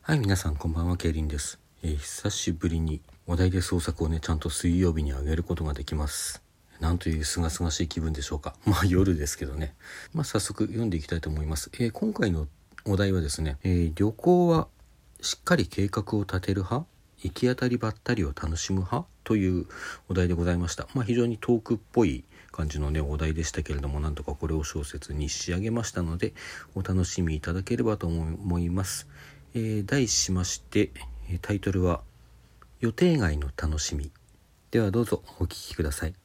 はい、皆さんこんばんは、ケイリンです。久しぶりにお題で創作をちゃんと水曜日に上げることができます。なんという清々しい気分でしょうか。夜ですけどね。早速読んでいきたいと思います。今回のお題はですね、旅行はしっかり計画を立てる派、行き当たりばったりを楽しむ派というお題でございました。非常にトークっぽい感じのお題でしたけれども、なんとかこれを小説に仕上げましたので、お楽しみいただければと思います。題しまして、タイトルは予定外の楽しみ。ではどうぞお聞きください。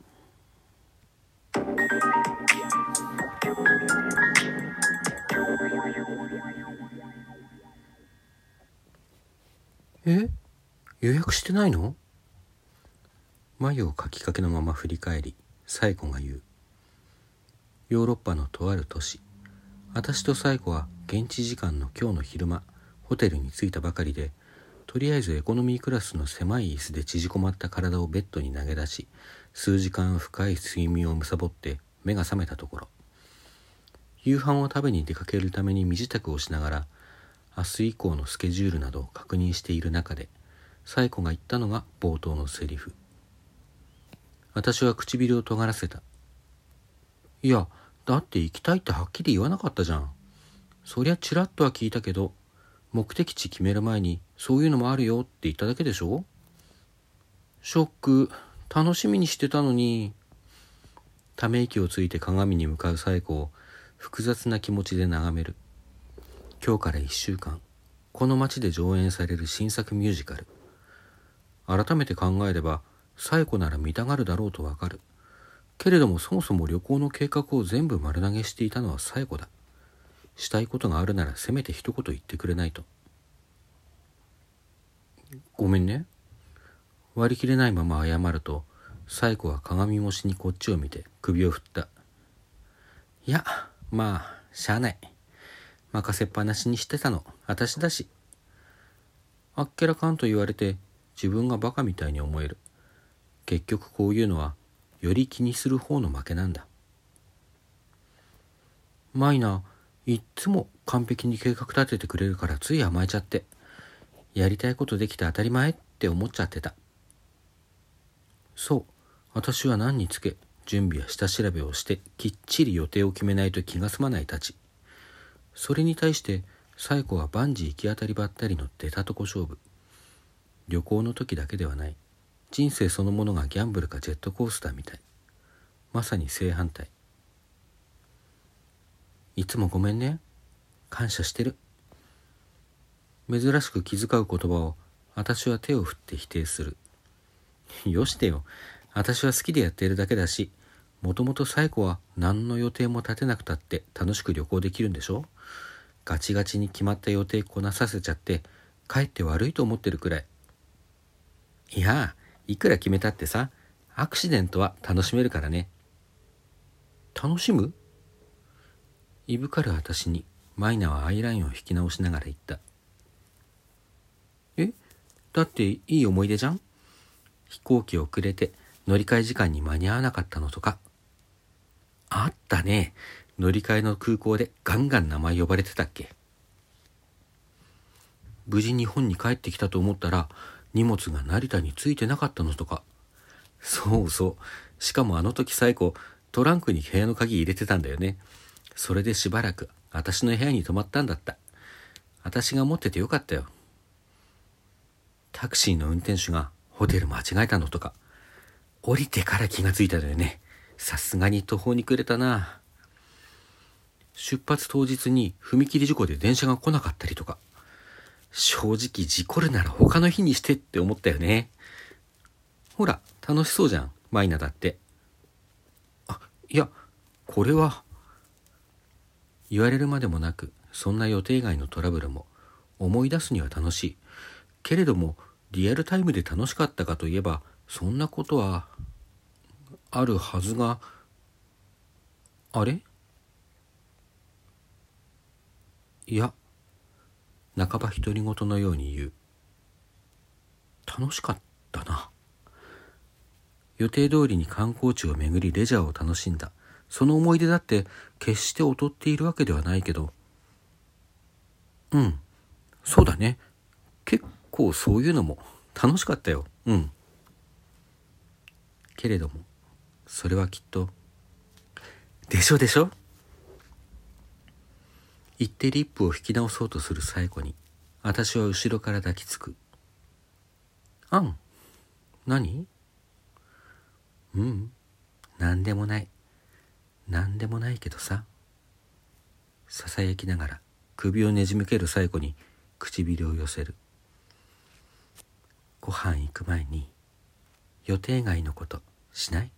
予約してないの？眉をかきかけのまま振り返り、サイコが言う。ヨーロッパのとある都市。私とサイコは現地時間の今日の昼間、ホテルに着いたばかりで、とりあえずエコノミークラスの狭い椅子で縮こまった体をベッドに投げ出し、数時間深い睡眠を貪って目が覚めたところ、夕飯を食べに出かけるために身支度をしながら、明日以降のスケジュールなどを確認している中で、サイコが言ったのが冒頭のセリフ。私は唇を尖らせた。いや、だって行きたいってはっきり言わなかったじゃん。そりゃちらっとは聞いたけど、目的地決める前にそういうのもあるよって言っただけでしょ？ショック。楽しみにしてたのに。ため息をついて鏡に向かうサイコを複雑な気持ちで眺める。今日から1週間、この街で上演される新作ミュージカル。改めて考えれば、サイコなら見たがるだろうとわかる。けれどもそもそも旅行の計画を全部丸投げしていたのはサイコだ。したいことがあるならせめて一言言ってくれないと。ごめんね。割り切れないまま謝ると、サイコは鏡越しにこっちを見て首を振った。いや、しゃあない。任せっぱなしにしてたの私だし。あっけらかんと言われて自分がバカみたいに思える。結局こういうのはより気にする方の負けなんだ。マイナ、いっつも完璧に計画立ててくれるからつい甘えちゃって、やりたいことできて当たり前って思っちゃってた。そう、私は何につけ準備や下調べをしてきっちり予定を決めないと気が済まないたち。それに対してサイコは万事行き当たりばったりの出たとこ勝負。旅行の時だけではない。人生そのものがギャンブルかジェットコースターみたい。まさに正反対。いつもごめんね。感謝してる。珍しく気遣う言葉を私は手を振って否定する。よしてよ。私は好きでやっているだけだし、もともとサイコは何の予定も立てなくたって楽しく旅行できるんでしょ？ガチガチに決まった予定こなさせちゃってかえって悪いと思ってるくらい。いや、いくら決めたってさ、アクシデントは楽しめるからね。楽しむ？いぶかる私にマイナはアイラインを引き直しながら言った。だっていい思い出じゃん？飛行機遅れて乗り換え時間に間に合わなかったのとか。あったね。乗り換えの空港でガンガン名前呼ばれてたっけ？無事日本に帰ってきたと思ったら荷物が成田に着いてなかったのとか。そうそう。しかもあの時サイコトランクに部屋の鍵入れてたんだよね。それでしばらく私の部屋に泊まったんだった。私が持っててよかったよ。タクシーの運転手がホテル間違えたのとか。降りてから気がついたのよね。さすがに途方に暮れたな。出発当日に踏切事故で電車が来なかったりとか。正直事故るなら他の日にしてって思ったよね。ほら、楽しそうじゃん、マイナだって。いや、これは。言われるまでもなく、そんな予定外のトラブルも思い出すには楽しい。けれども、リアルタイムで楽しかったかといえば、そんなことはあるはずが。あれ？いや、半ば独り言のように言う。楽しかったな。予定通りに観光地を巡りレジャーを楽しんだ。その思い出だって決して劣っているわけではないけど。そうだね。 構そういうのも楽しかったよ。けれどもそれはきっとでしょ言ってリップを引き直そうとする冴子に私は後ろから抱きつく。何？なんでもないけどさ。ささやきながら首をねじ向ける冴子に唇を寄せる。ご飯行く前に予定外のことしない？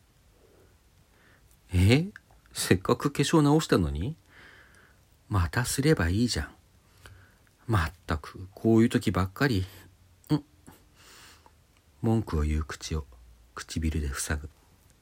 せっかく化粧直したのに？またすればいいじゃん。まったくこういう時ばっかり。文句を言う口を唇で塞ぐ。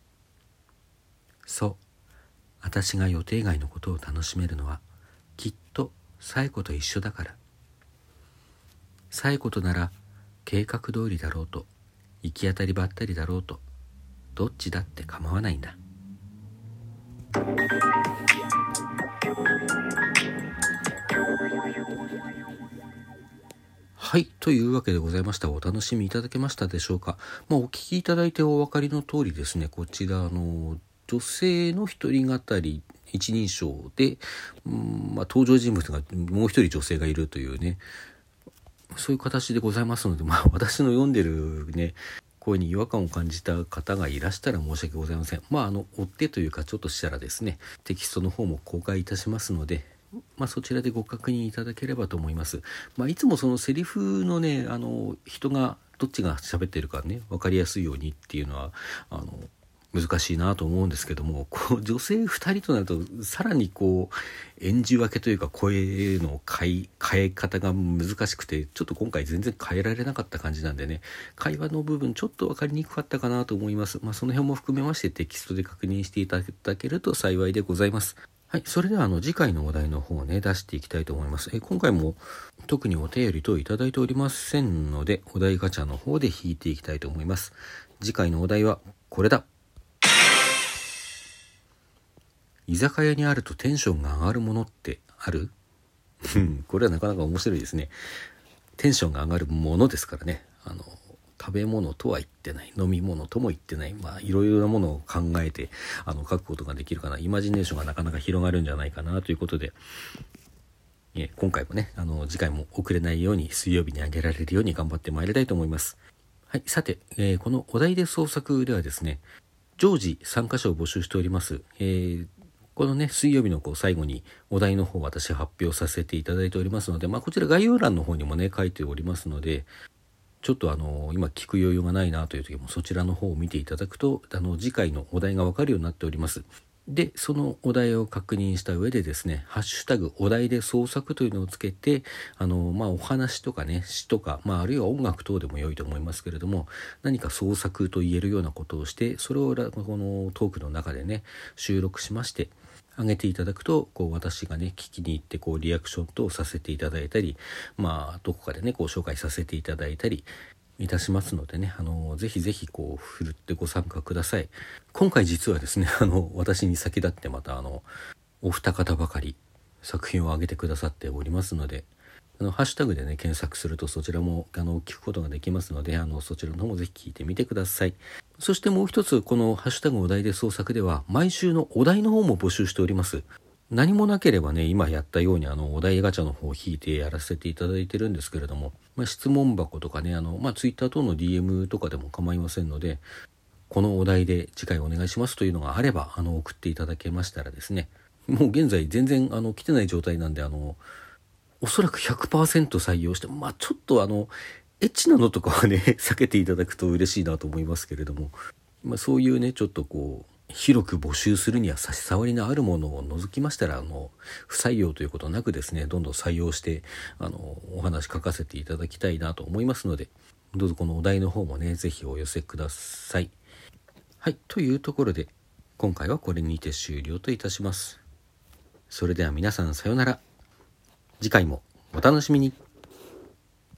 そう、私が予定外のことを楽しめるのはきっと冴子と一緒だから。冴子となら計画通りだろうと行き当たりばったりだろうとどっちだって構わないんだ。はい、というわけでございました。お楽しみいただけましたでしょうか。お聞きいただいてお分かりの通りですね、こちら女性の一人語り一人称で、登場人物がもう一人女性がいるというね、そういう形でございますので、私の読んでるね声に違和感を感じた方がいらしたら申し訳ございません。追ってというかちょっとしたらですね、テキストの方も公開いたしますので、そちらでご確認いただければと思います。いつもそのセリフのね、人がどっちが喋ってるかね分かりやすいようにっていうのは難しいなと思うんですけども、女性2人となるとさらに演じ分けというか声の変え方が難しくて、ちょっと今回全然変えられなかった感じなんでね、会話の部分ちょっと分かりにくかったかなと思います。その辺も含めましてテキストで確認していただけると幸いでございます。はい、それでは次回のお題の方をね出していきたいと思います。今回も特にお便り等いただいておりませんので、お題ガチャの方で引いていきたいと思います。次回のお題はこれだ。居酒屋にあるとテンションが上がるものってある？これはなかなか面白いですね。テンションが上がるものですからね。食べ物とは言ってない、飲み物とも言ってない、いろいろなものを考えて書くことができるかな、イマジネーションがなかなか広がるんじゃないかなということで、今回もね次回も遅れないように水曜日に上げられるように頑張ってまいりたいと思います。はい、さて、このお題で創作ではですね、常時参加者を募集しております。このね水曜日の最後にお題の方を私発表させていただいておりますので、こちら概要欄の方にもね書いておりますので、ちょっと今聞く余裕がないなという時もそちらの方を見ていただくと次回のお題が分かるようになっております。でそのお題を確認した上でですね、ハッシュタグお題で創作というのをつけてお話とかね詩とか、あるいは音楽等でも良いと思いますけれども、何か創作と言えるようなことをして、それをこのトークの中でね収録しまして上げていただくと、私がね聞きに行ってリアクション等させていただいたり、どこかでね紹介させていただいたりいたしますのでね、ぜひぜひ振るってご参加ください。今回実はですね私に先立ってまたお二方ばかり作品を上げてくださっておりますので、ハッシュタグでね検索するとそちらも聞くことができますので、そちらの方もぜひ聞いてみてください。そしてもう一つ、このハッシュタグお題で創作では毎週のお題の方も募集しております。何もなければね今やったようにお題ガチャの方を引いてやらせていただいてるんですけれども、質問箱とかねツイッター等の DM とかでも構いませんので、このお題で次回お願いしますというのがあれば送っていただけましたらですね、もう現在全然来てない状態なんでおそらく 100% 採用して、ちょっとエッチなのとかはね避けていただくと嬉しいなと思いますけれども、そういうねちょっと広く募集するには差し障りのあるものを除きましたら不採用ということなくですね、どんどん採用してお話書かせていただきたいなと思いますので、どうぞこのお題の方もねぜひお寄せください。はい、というところで今回はこれにて終了といたします。それでは皆さんさようなら。次回もお楽しみに。